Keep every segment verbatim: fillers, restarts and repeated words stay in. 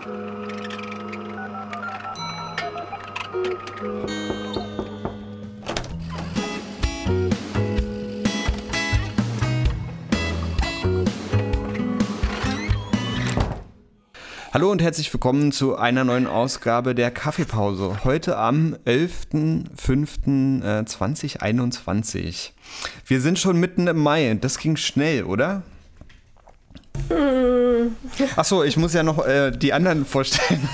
Hallo und herzlich willkommen zu einer neuen Ausgabe der Kaffeepause. Heute am elften fünften zweitausendeinundzwanzig. Wir sind schon mitten im Mai. Das ging schnell, oder? Achso, ich muss ja noch äh, die anderen vorstellen.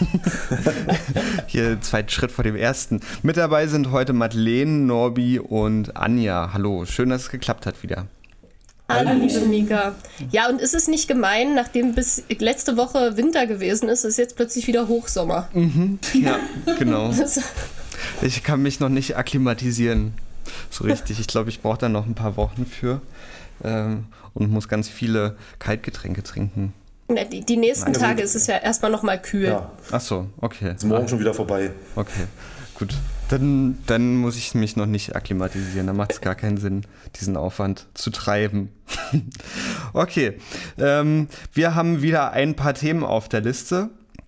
Hier, zweiten Schritt vor dem ersten. Mit dabei sind heute Madeleine, Norbi und Anja. Hallo, schön, dass es geklappt hat wieder. Hallo, liebe Mika. Ja, und ist es nicht gemein, nachdem bis letzte Woche Winter gewesen ist, ist jetzt plötzlich wieder Hochsommer? Mhm, ja, genau. Ich kann mich noch nicht akklimatisieren, so richtig. Ich glaube, ich brauche da noch ein paar Wochen für ähm, und muss ganz viele Kaltgetränke trinken. Ja, die, die nächsten Nein, Tage also, ist es ja erstmal noch mal kühl. Ja. Ach so, okay. Ist morgen schon wieder vorbei. Okay, gut. Dann, dann muss ich mich noch nicht akklimatisieren. Da macht es gar keinen Sinn, diesen Aufwand zu treiben. Okay, ähm, wir haben wieder ein paar Themen auf der Liste.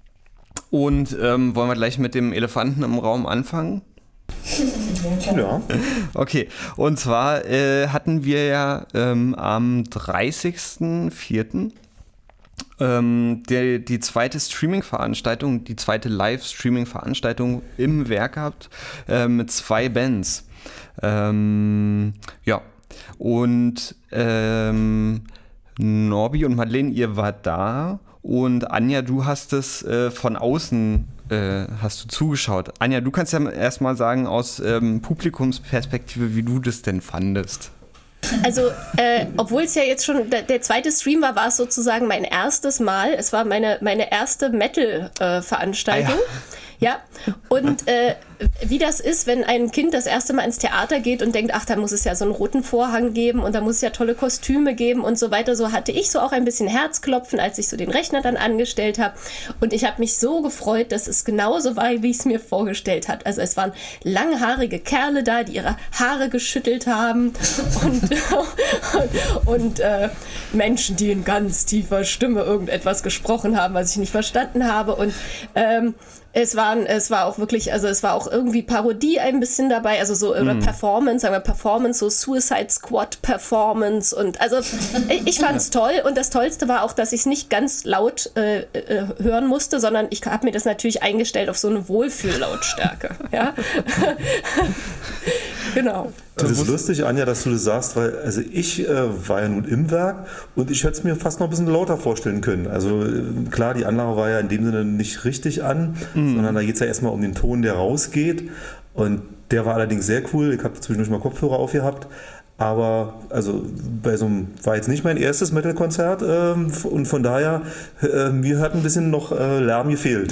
Und ähm, wollen wir gleich mit dem Elefanten im Raum anfangen? Ja. Okay, und zwar äh, hatten wir ja ähm, am dreißigsten vierten Ähm, der, die zweite Streaming-Veranstaltung, die zweite Live-Streaming-Veranstaltung im Werk gehabt äh, mit zwei Bands. Ähm, ja, und ähm, Norbi und Madeleine, ihr wart da und Anja, du hast es äh, von außen äh, hast du zugeschaut. Anja, du kannst ja erstmal sagen aus ähm, Publikumsperspektive, wie du das denn fandest. Also, äh, obwohl es ja jetzt schon der, der zweite Stream war, war es sozusagen mein erstes Mal. Es war meine, meine erste Metal-Veranstaltung. Äh, ja. ja, und äh, wie das ist, wenn ein Kind das erste Mal ins Theater geht und denkt, ach, da muss es ja so einen roten Vorhang geben und da muss es ja tolle Kostüme geben und so weiter. So hatte ich so auch ein bisschen Herzklopfen, als ich so den Rechner dann angestellt habe. Und ich habe mich so gefreut, dass es genauso war, wie ich es mir vorgestellt habe. Also es waren langhaarige Kerle da, die ihre Haare geschüttelt haben und, und, und äh, Menschen, die in ganz tiefer Stimme irgendetwas gesprochen haben, was ich nicht verstanden habe. Und ähm, Es, waren, es war auch wirklich, also es war auch irgendwie Parodie ein bisschen dabei, also so oder mm. Performance, sagen wir Performance, so Suicide Squad Performance und also ich fand es toll und das Tollste war auch, dass ich es nicht ganz laut äh, äh, hören musste, sondern ich habe mir das natürlich eingestellt auf so eine Wohlfühllautstärke, ja. Genau. Das ist lustig, Anja, dass du das sagst, weil also ich äh, war ja nun im Werk und ich hätte es mir fast noch ein bisschen lauter vorstellen können. Also äh, klar, die Anlage war ja in dem Sinne nicht richtig an, mhm. sondern da geht es ja erstmal um den Ton, der rausgeht und der war allerdings sehr cool. Ich habe zwischendurch mal Kopfhörer aufgehabt, aber also bei so einem, war jetzt nicht mein erstes Metal-Konzert ähm, und von daher, äh, mir hat ein bisschen noch äh, Lärm gefehlt.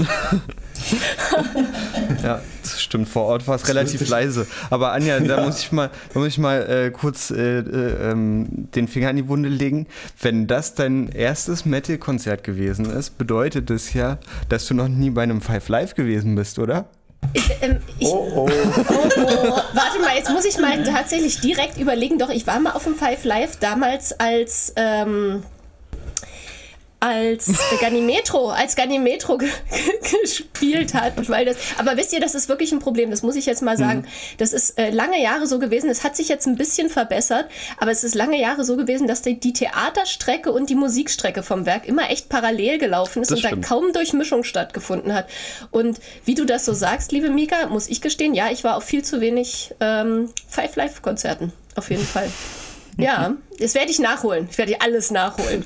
Ja, das stimmt. Vor Ort war es relativ leise. Aber Anja, da ja. muss ich mal, da muss ich mal äh, kurz äh, äh, ähm, den Finger in die Wunde legen. Wenn das dein erstes Metal-Konzert gewesen ist, bedeutet das ja, dass du noch nie bei einem Five Live gewesen bist, oder? Ich, ähm, ich, oh, oh. Oh, oh. Warte mal, jetzt muss ich mal tatsächlich direkt überlegen. Doch, ich war mal auf dem Five Live damals als ähm, als Ganymetro, als Ganymetro g- g- gespielt hat, weil das, aber wisst ihr, das ist wirklich ein Problem, das muss ich jetzt mal sagen. Mhm. Das ist äh, lange Jahre so gewesen, es hat sich jetzt ein bisschen verbessert, aber es ist lange Jahre so gewesen, dass die, die Theaterstrecke und die Musikstrecke vom Werk immer echt parallel gelaufen ist das und stimmt. da kaum Durchmischung stattgefunden hat. Und wie du das so sagst, liebe Mika, muss ich gestehen, ja, ich war auf viel zu wenig ähm, Five Live-Konzerten, auf jeden Fall. Ja, das werde ich nachholen. Ich werde alles nachholen.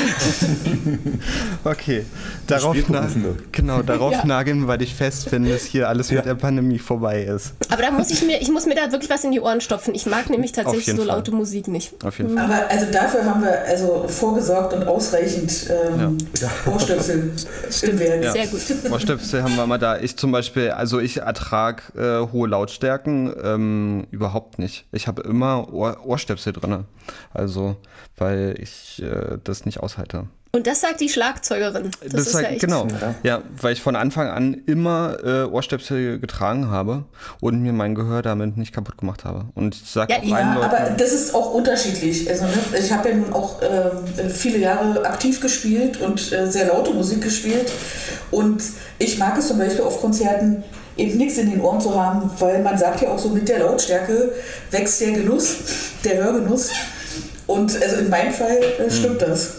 Okay, darauf, na- genau, darauf ja. nageln wir dich fest, wenn das hier alles ja. mit der Pandemie vorbei ist. Aber da muss ich mir, ich muss mir da wirklich was in die Ohren stopfen. Ich mag nämlich tatsächlich so Fall. laute Musik nicht. Auf jeden Fall. Aber also dafür haben wir also vorgesorgt und ausreichend ähm, ja. Ohrstöpsel im Werk. Ja. Sehr gut. Ohrstöpsel haben wir mal da. Ich zum Beispiel, also ich ertrage äh, hohe Lautstärken ähm, überhaupt nicht. Ich habe immer Ohr- Ohrstöpsel drin. Also Also, weil ich äh, das nicht aushalte. Und das sagt die Schlagzeugerin. Das, das ist sagt, ja echt genau, ja. ja, weil ich von Anfang an immer äh, Ohrstöpsel getragen habe und mir mein Gehör damit nicht kaputt gemacht habe. Und ich sage Ja, auch ja, allen Leuten, aber das ist auch unterschiedlich. Also, ne, ich habe ja nun auch äh, viele Jahre aktiv gespielt und äh, sehr laute Musik gespielt. Und ich mag es zum Beispiel auf Konzerten, eben nichts in den Ohren zu haben, weil man sagt ja auch so, mit der Lautstärke wächst der Genuss, der Hörgenuss. Und also in meinem Fall äh, stimmt hm. das.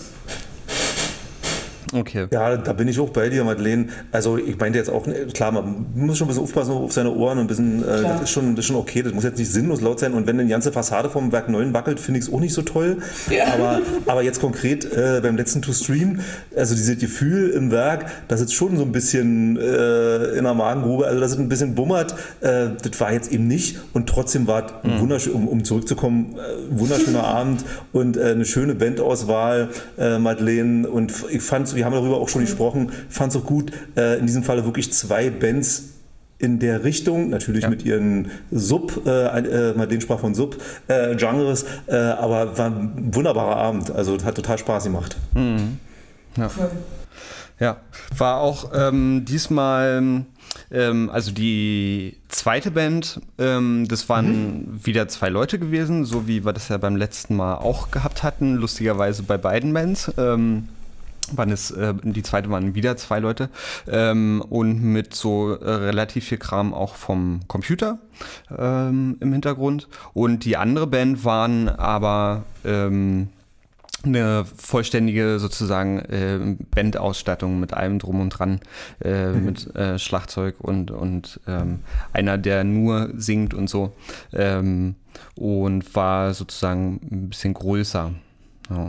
Okay. Ja, da bin ich auch bei dir, Madeleine. Also ich meinte jetzt auch, klar, man muss schon ein bisschen aufpassen auf seine Ohren und ein bisschen, äh, das, ist schon, das ist schon okay, das muss jetzt nicht sinnlos laut sein und wenn eine ganze Fassade vom Werk neun wackelt, finde ich es auch nicht so toll. Ja. Aber, aber jetzt konkret äh, beim letzten To-Stream, also dieses Gefühl im Werk, das ist schon so ein bisschen äh, in der Magengrube, also das ist ein bisschen bummert, äh, das war jetzt eben nicht und trotzdem war es mhm. wunderschön, um, um zurückzukommen, äh, wunderschöner Abend und äh, eine schöne Bandauswahl, äh, Madeleine, und ich fand, wir haben darüber auch schon gesprochen, fand es auch gut, äh, in diesem Falle wirklich zwei Bands in der Richtung, natürlich ja. mit ihren Sub, äh, äh, Madeleine sprach von Sub-Genres, äh, äh, aber war ein wunderbarer Abend, also hat total Spaß gemacht. Mhm. Ja. ja, war auch ähm, diesmal, ähm, also die zweite Band, ähm, das waren mhm. wieder zwei Leute gewesen, so wie wir das ja beim letzten Mal auch gehabt hatten, lustigerweise bei beiden Bands. Ähm, Waren es, äh, die zweite waren wieder zwei Leute ähm, und mit so äh, relativ viel Kram auch vom Computer ähm, im Hintergrund. Und die andere Band waren aber ähm, eine vollständige sozusagen äh, Bandausstattung mit allem drum und dran, äh, mhm. mit äh, Schlagzeug und, und ähm, einer, der nur singt und so, ähm, und war sozusagen ein bisschen größer. Ja.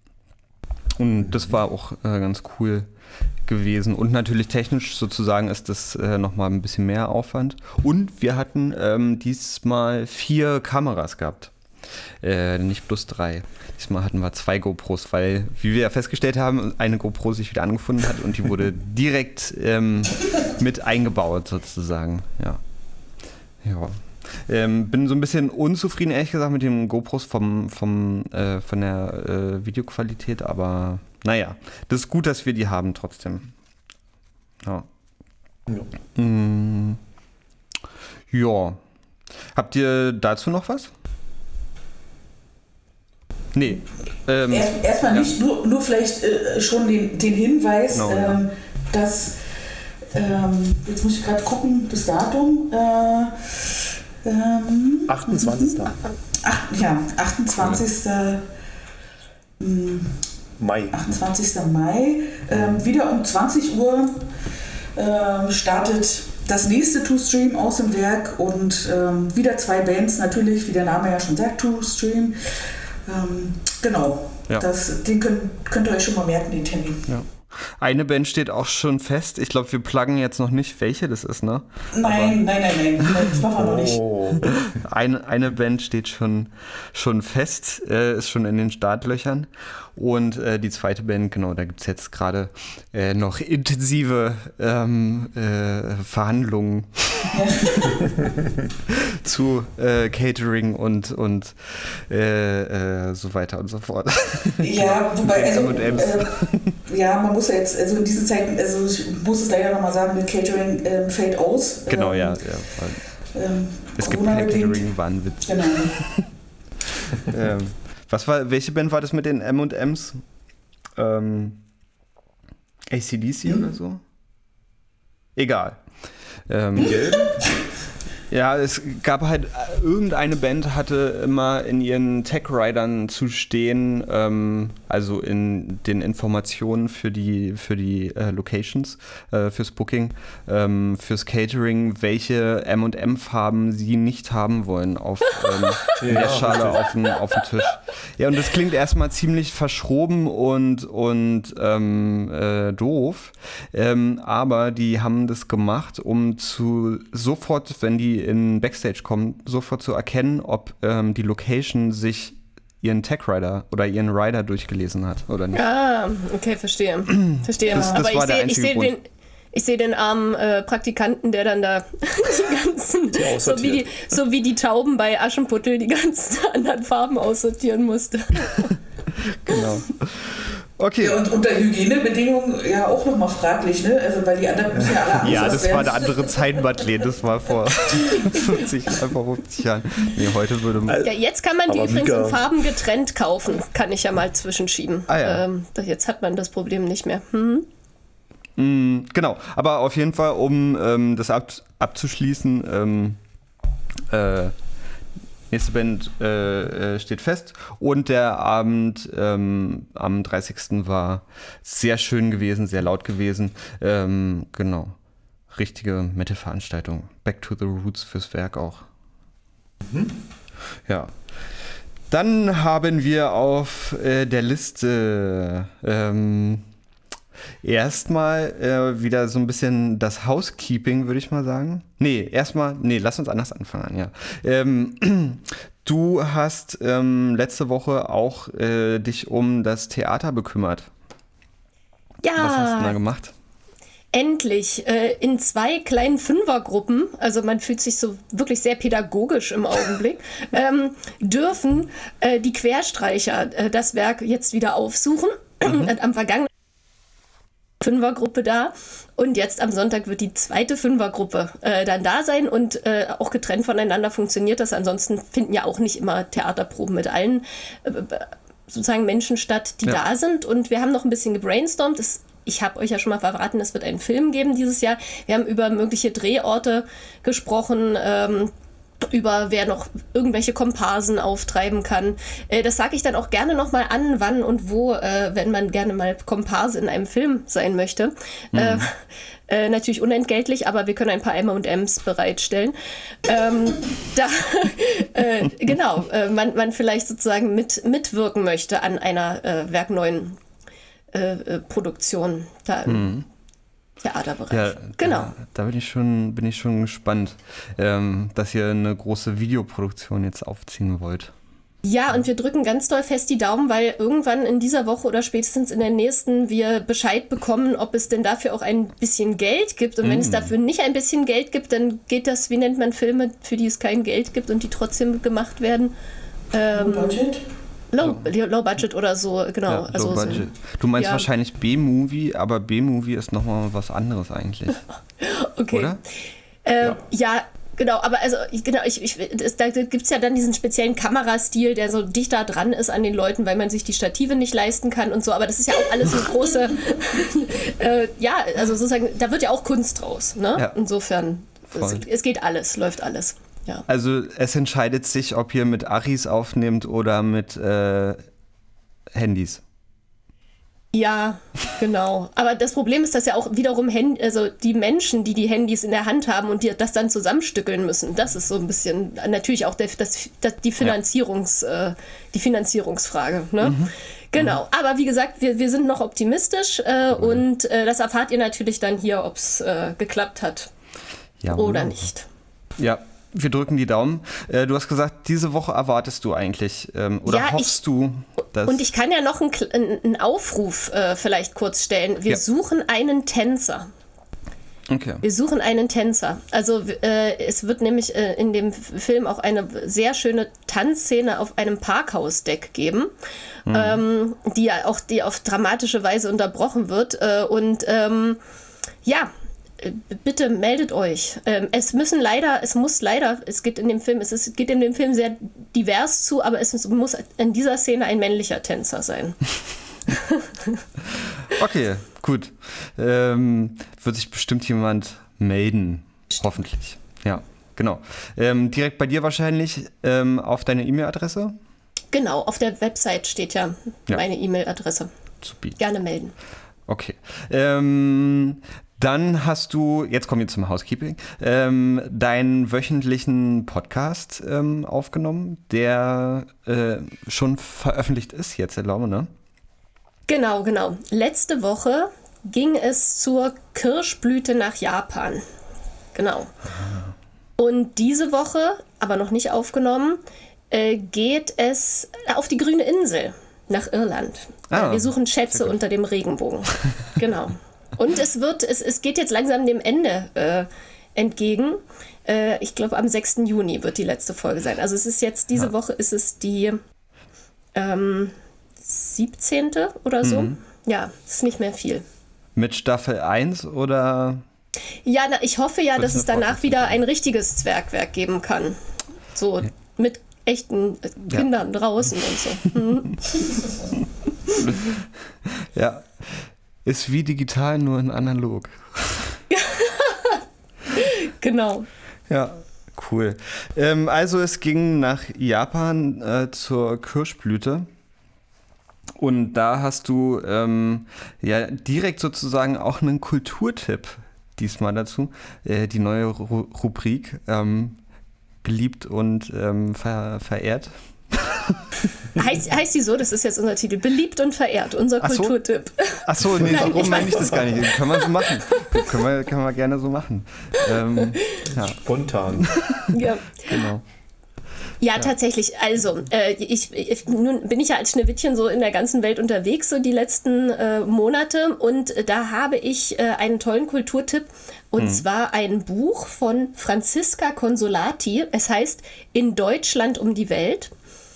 Und das war auch äh, ganz cool gewesen. Und natürlich technisch sozusagen ist das äh, nochmal ein bisschen mehr Aufwand. Und wir hatten ähm, diesmal vier Kameras gehabt. Äh, nicht bloß drei. Diesmal hatten wir zwei GoPros, weil, wie wir ja festgestellt haben, eine GoPro sich wieder angefunden hat und die wurde direkt ähm, mit eingebaut sozusagen. Ja. Ja. Ähm, bin so ein bisschen unzufrieden, ehrlich gesagt, mit den GoPros vom, vom, äh, von der äh, Videoqualität, aber naja, das ist gut, dass wir die haben trotzdem. Ja. Ja. Mm, ja. Habt ihr dazu noch was? Nee. Ähm, Erst, erstmal ja. nicht, nur, nur vielleicht äh, schon den, den Hinweis, genau, ähm, ja. dass, ähm, jetzt muss ich gerade gucken, das Datum, äh, Ähm, achtundzwanzigsten Ach, ja, achtundzwanzigsten Mai. achtundzwanzigsten Mai. Ähm, wieder um zwanzig Uhr ähm, startet das nächste To-Stream aus dem Werk und ähm, wieder zwei Bands, natürlich, wie der Name ja schon sagt, To-Stream. Ähm, genau, ja. das, den könnt, könnt ihr euch schon mal merken, den Termin. Ja. Eine Band steht auch schon fest. Ich glaube, wir pluggen jetzt noch nicht, welche das ist, ne? Nein, Aber nein, nein, nein, das machen wir noch nicht. Oh. Eine, eine Band steht schon, schon fest, äh, ist schon in den Startlöchern. Und äh, die zweite Band, genau, da gibt es jetzt gerade äh, noch intensive ähm, äh, Verhandlungen ja. zu äh, Catering und, und äh, äh, so weiter und so fort. Ja, wobei, also, äh, ja, man muss ja jetzt, also in diesen Zeiten, also ich muss es leider nochmal sagen, mit Catering ähm, fällt aus. Genau, ähm, ja. ja. Ähm, es gibt kein Catering, war ein Witz. Genau. ähm, was war, welche Band war das mit den M und M's? Ähm, A C D C mhm. oder so? Egal. Ähm, ja, es gab halt, irgendeine Band hatte immer in ihren Tech-Ridern zu stehen, ähm, also in den Informationen für die, für die äh, Locations, äh, fürs Booking, ähm, fürs Catering, welche M und M-Farben sie nicht haben wollen auf ähm, ja, der Schale auf dem, auf dem Tisch. Ja, und das klingt erstmal ziemlich verschroben und, und ähm, äh, doof, ähm, aber die haben das gemacht, um zu sofort, wenn die in Backstage kommen, sofort zu erkennen, ob ähm, die Location sich ihren Tech-Rider oder ihren Rider durchgelesen hat oder nicht. Ah, okay, verstehe. verstehe. Das, das Aber war ich sehe ich seh den, Ich sehe den armen äh, Praktikanten, der dann da die ganzen, Die so wie die, so wie die Tauben bei Aschenputtel, die ganzen anderen Farben aussortieren musste. Genau. Okay. Ja, und unter Hygienebedingungen ja auch nochmal fraglich, ne? Also, weil die anderen müssen ja alle angefasst Ja, das werden. war eine andere Zeit, Madeleine. Das war vor fünfzig, einfach fünfzig Jahren. Nee, heute würde man. Ja, jetzt kann man die Aber übrigens Mika- in Farben getrennt kaufen. Kann ich ja mal zwischenschieben. Ah, ja. ähm, jetzt hat man das Problem nicht mehr. Hm? Mm, genau, aber auf jeden Fall, um ähm, das ab, abzuschließen, ähm, äh, nächste Band äh, äh, steht fest und der Abend ähm, am dreißigsten war sehr schön gewesen, sehr laut gewesen. Ähm, genau, richtige Metal-Veranstaltung. Back to the Roots fürs Werk auch. Mhm. Ja. Dann haben wir auf äh, der Liste ähm, erstmal äh, wieder so ein bisschen das Housekeeping, würde ich mal sagen. Nee, erstmal, nee, lass uns anders anfangen, ja. Ähm, du hast ähm, letzte Woche auch äh, dich um das Theater bekümmert. Ja. Was hast du da gemacht? Endlich äh, in zwei kleinen Fünfergruppen, also man fühlt sich so wirklich sehr pädagogisch im Augenblick, ähm, dürfen äh, die Querstreicher äh, das Werk jetzt wieder aufsuchen. Mhm. Am vergangenen Fünfergruppe da und jetzt am Sonntag wird die zweite Fünfergruppe äh, dann da sein und äh, auch getrennt voneinander funktioniert das. Ansonsten finden ja auch nicht immer Theaterproben mit allen äh, sozusagen Menschen statt, die Ja. da sind und wir haben noch ein bisschen gebrainstormt. Das Ich habe euch ja schon mal verraten, es wird einen Film geben dieses Jahr. Wir haben über mögliche Drehorte gesprochen, ähm, über wer noch irgendwelche Komparsen auftreiben kann. Äh, das sage ich dann auch gerne nochmal an, wann und wo, äh, wenn man gerne mal Komparse in einem Film sein möchte. Mhm. Äh, äh, natürlich unentgeltlich, aber wir können ein paar M und M's bereitstellen. Ähm, da, äh, genau, äh, man, man vielleicht sozusagen mit, mitwirken möchte an einer äh, werkneuen Äh, Produktion da im mhm. Theaterbereich. Ja, genau. Da, da bin ich schon, bin ich schon gespannt, ähm, dass ihr eine große Videoproduktion jetzt aufziehen wollt. Ja, und wir drücken ganz doll fest die Daumen, weil irgendwann in dieser Woche oder spätestens in der nächsten wir Bescheid bekommen, ob es denn dafür auch ein bisschen Geld gibt. Und wenn mm. es dafür nicht ein bisschen Geld gibt, dann geht das, wie nennt man Filme, für die es kein Geld gibt und die trotzdem gemacht werden? Ähm, Budget? Low, low Budget oder so, genau. Ja, also low budget. So, du meinst ja. wahrscheinlich B-Movie, aber B-Movie ist nochmal was anderes eigentlich. Okay. Oder? Äh, ja. ja, genau, aber also genau, ich, ich, es, da gibt es ja dann diesen speziellen Kamerastil, der so dichter dran ist an den Leuten, weil man sich die Stative nicht leisten kann und so, aber das ist ja auch alles eine große, äh, ja, also sozusagen, da wird ja auch Kunst draus, ne? Ja. Insofern, es, es geht alles, läuft alles. Ja. Also es entscheidet sich, ob ihr mit Aris aufnehmt oder mit äh, Handys. Ja, genau. Aber das Problem ist, dass ja auch wiederum Hand, also die Menschen, die die Handys in der Hand haben und die das dann zusammenstückeln müssen, das ist so ein bisschen natürlich auch der, das, das, die, Finanzierungs, ja. äh, die Finanzierungsfrage. Ne? Mhm. Genau. Mhm. Aber wie gesagt, wir, wir sind noch optimistisch äh, mhm. und äh, das erfahrt ihr natürlich dann hier, ob es äh, geklappt hat ja, oder genau. nicht. Ja. Wir drücken die Daumen. Äh, du hast gesagt, diese Woche erwartest du eigentlich ähm, oder ja, hoffst ich, du, dass... Und ich kann ja noch einen, einen Aufruf äh, vielleicht kurz stellen. Wir ja. suchen einen Tänzer. Okay. Wir suchen einen Tänzer. Also äh, es wird nämlich äh, in dem Film auch eine sehr schöne Tanzszene auf einem Parkhausdeck geben, mhm. ähm, die ja auch die auf dramatische Weise unterbrochen wird. Äh, und ähm, ja... Bitte meldet euch. Ähm, es müssen leider, es muss leider, es geht in dem Film, es ist, geht in dem Film sehr divers zu, aber es muss in dieser Szene ein männlicher Tänzer sein. Okay, gut. Ähm, wird sich bestimmt jemand melden. Hoffentlich. Ja, genau. Ähm, direkt bei dir wahrscheinlich ähm, auf deine E-Mail-Adresse? Genau, auf der Website steht ja, ja. meine E-Mail-Adresse. Supi. Gerne melden. Okay. Ähm, Dann hast du, jetzt kommen wir zum Housekeeping, ähm, deinen wöchentlichen Podcast ähm, aufgenommen, der äh, schon veröffentlicht ist jetzt, glaube ich, ne? Genau, genau. Letzte Woche ging es zur Kirschblüte nach Japan. Genau. Und diese Woche, aber noch nicht aufgenommen, äh, geht es auf die grüne Insel nach Irland. Ah, wir suchen Schätze unter dem Regenbogen. Genau. Und es wird, es, es geht jetzt langsam dem Ende äh, entgegen. Äh, ich glaube, am sechsten Juni wird die letzte Folge sein. Also es ist jetzt, diese ja. Woche ist es die ähm, siebzehnte oder so. Mhm. Ja, ist nicht mehr viel. Mit Staffel eins oder? Ja, na, ich hoffe ja, dass es danach wieder ein richtiges Zwergwerk geben kann. So ja. mit echten Kindern ja. draußen und so. Mhm. Ja, ist wie digital, nur in analog. Genau. Ja, cool. Ähm, also es ging nach Japan äh, zur Kirschblüte. Und da hast du ähm, ja direkt sozusagen auch einen Kulturtipp diesmal dazu. Äh, die neue Ru- Rubrik ähm, beliebt und ähm, ver- verehrt. Heißt, heißt die so? Das ist jetzt unser Titel. Beliebt und verehrt, unser Ach so? Kulturtipp. Achso, nee, Nein, warum meine ich das gar nicht? Können wir so machen. können, wir, können wir gerne so machen. Ähm, ja. Spontan. Ja. Genau. Ja, ja, tatsächlich. Also, äh, ich, ich, nun bin ich ja als Schneewittchen so in der ganzen Welt unterwegs, so die letzten äh, Monate. Und äh, da habe ich äh, einen tollen Kulturtipp. Und hm. zwar ein Buch von Franziska Consolati. Es heißt In Deutschland um die Welt.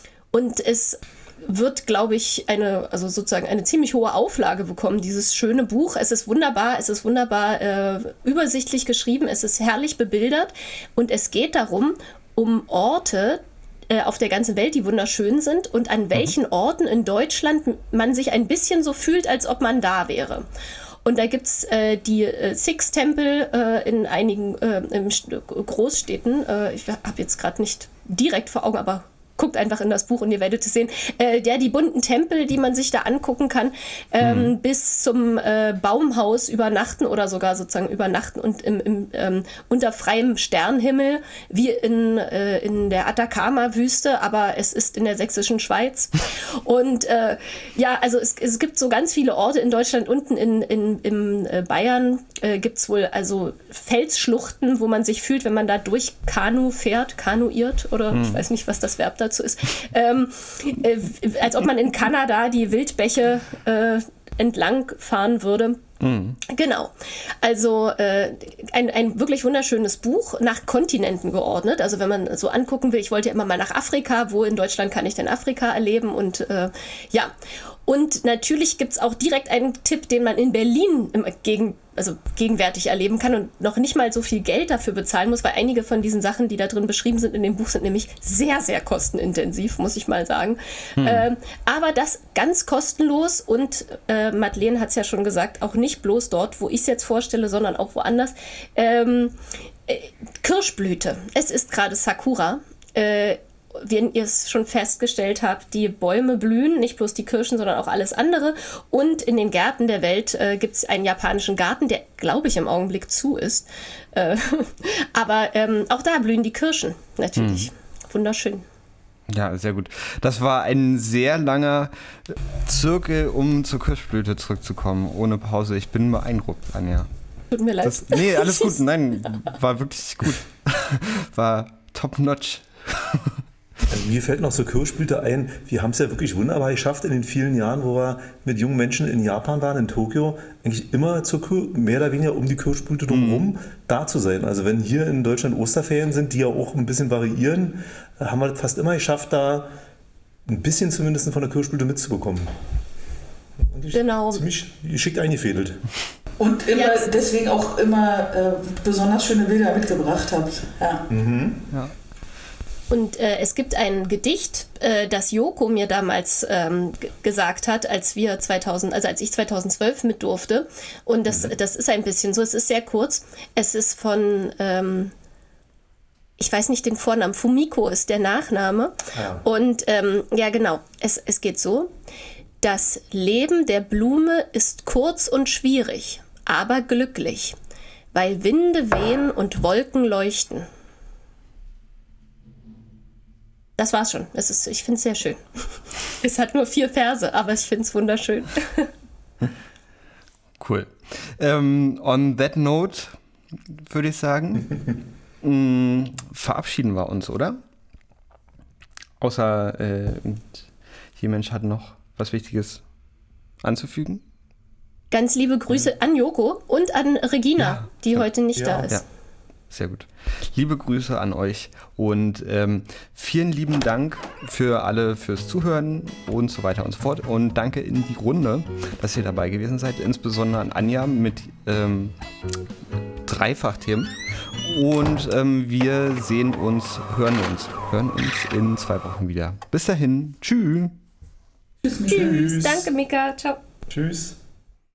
Und es wird, glaube ich, eine, also sozusagen eine ziemlich hohe Auflage bekommen, dieses schöne Buch. Es ist wunderbar, es ist wunderbar äh, übersichtlich geschrieben, es ist herrlich bebildert. Und es geht darum, um Orte äh, auf der ganzen Welt, die wunderschön sind und an welchen mhm. Orten in Deutschland man sich ein bisschen so fühlt, als ob man da wäre. Und da gibt es äh, die äh, Six-Tempel äh, in einigen äh, in Großstädten. Äh, ich habe jetzt gerade nicht direkt vor Augen, aber guckt einfach in das Buch und ihr werdet es sehen. Äh, der, die bunten Tempel, die man sich da angucken kann, ähm, mhm. bis zum äh, Baumhaus übernachten oder sogar sozusagen übernachten und im, im, ähm, unter freiem Sternhimmel, wie in, äh, in der Atacama-Wüste, aber es ist in der sächsischen Schweiz. Und äh, ja, also es, es gibt so ganz viele Orte in Deutschland. Unten in, in, in äh, Bayern äh, gibt es wohl also Felsschluchten, wo man sich fühlt, wenn man da durch Kanu fährt, kanuiert oder mhm. ich weiß nicht, was das Verb dazu ist, ähm, äh, als ob man in Kanada die Wildbäche äh, entlang fahren würde. Mhm. Genau. Also äh, ein, ein wirklich wunderschönes Buch, nach Kontinenten geordnet. Also wenn man so angucken will, ich wollte ja immer mal nach Afrika, wo in Deutschland kann ich denn Afrika erleben? Und äh, ja, und natürlich gibt es auch direkt einen Tipp, den man in Berlin im Gegen, also gegenwärtig erleben kann und noch nicht mal so viel Geld dafür bezahlen muss, weil einige von diesen Sachen, die da drin beschrieben sind in dem Buch, sind nämlich sehr, sehr kostenintensiv, muss ich mal sagen. Hm. Ähm, aber das ganz kostenlos und äh, Madeleine hat es ja schon gesagt, auch nicht bloß dort, wo ich es jetzt vorstelle, sondern auch woanders. Ähm, äh, Kirschblüte. Es ist gerade Sakura. Äh, wenn ihr es schon festgestellt habt, die Bäume blühen, nicht bloß die Kirschen, sondern auch alles andere. Und in den Gärten der Welt äh, gibt es einen japanischen Garten, der, glaube ich, im Augenblick zu ist. Äh, aber ähm, auch da blühen die Kirschen, natürlich. Hm. Wunderschön. Ja, sehr gut. Das war ein sehr langer Zirkel, um zur Kirschblüte zurückzukommen, ohne Pause. Ich bin beeindruckt, Anja. Tut mir leid. Das, nee, alles gut. Nein, war wirklich gut. War top-notch. Also mir fällt noch zur Kirschblüte ein, wir haben es ja wirklich wunderbar geschafft in den vielen Jahren, wo wir mit jungen Menschen in Japan waren, in Tokio, eigentlich immer zur Kir- mehr oder weniger um die Kirschblüte drumherum mhm. da zu sein. Also wenn hier in Deutschland Osterferien sind, die ja auch ein bisschen variieren, haben wir fast immer geschafft, da ein bisschen zumindest von der Kirschblüte mitzubekommen. Und genau. Ziemlich geschickt eingefädelt. Und immer, ja, deswegen auch immer äh, besonders schöne Bilder mitgebracht habt. Ja. Mhm. Ja. Und äh, es gibt ein Gedicht, äh, das Joko mir damals ähm, g- gesagt hat, als wir zweitausend, also als ich zweitausendzwölf mit durfte. Und das, mhm. das ist ein bisschen so, es ist sehr kurz. Es ist von, ähm, ich weiß nicht den Vornamen, Fumiko ist der Nachname. Ja. Und ähm, ja genau, es, es geht so. Das Leben der Blume ist kurz und schwierig, aber glücklich, weil Winde wehen und Wolken leuchten. Das war's schon. Es ist, ich finde es sehr schön. Es hat nur vier Verse, aber ich finde es wunderschön. Cool. Ähm, on that note würde ich sagen, mh, verabschieden wir uns, oder? Außer äh, jemand hat noch was Wichtiges anzufügen? Ganz liebe Grüße an Joko und an Regina, ja, die ja, heute nicht ja. da ist. Ja, sehr gut. Liebe Grüße an euch und ähm, vielen lieben Dank für alle fürs Zuhören und so weiter und so fort. Und danke in die Runde, dass ihr dabei gewesen seid, insbesondere an Anja mit ähm, Dreifachthemen. Und ähm, wir sehen uns, hören uns, hören uns in zwei Wochen wieder. Bis dahin, tschüss. Tschüss. Tschüss. Danke, Mika. Ciao. Tschüss.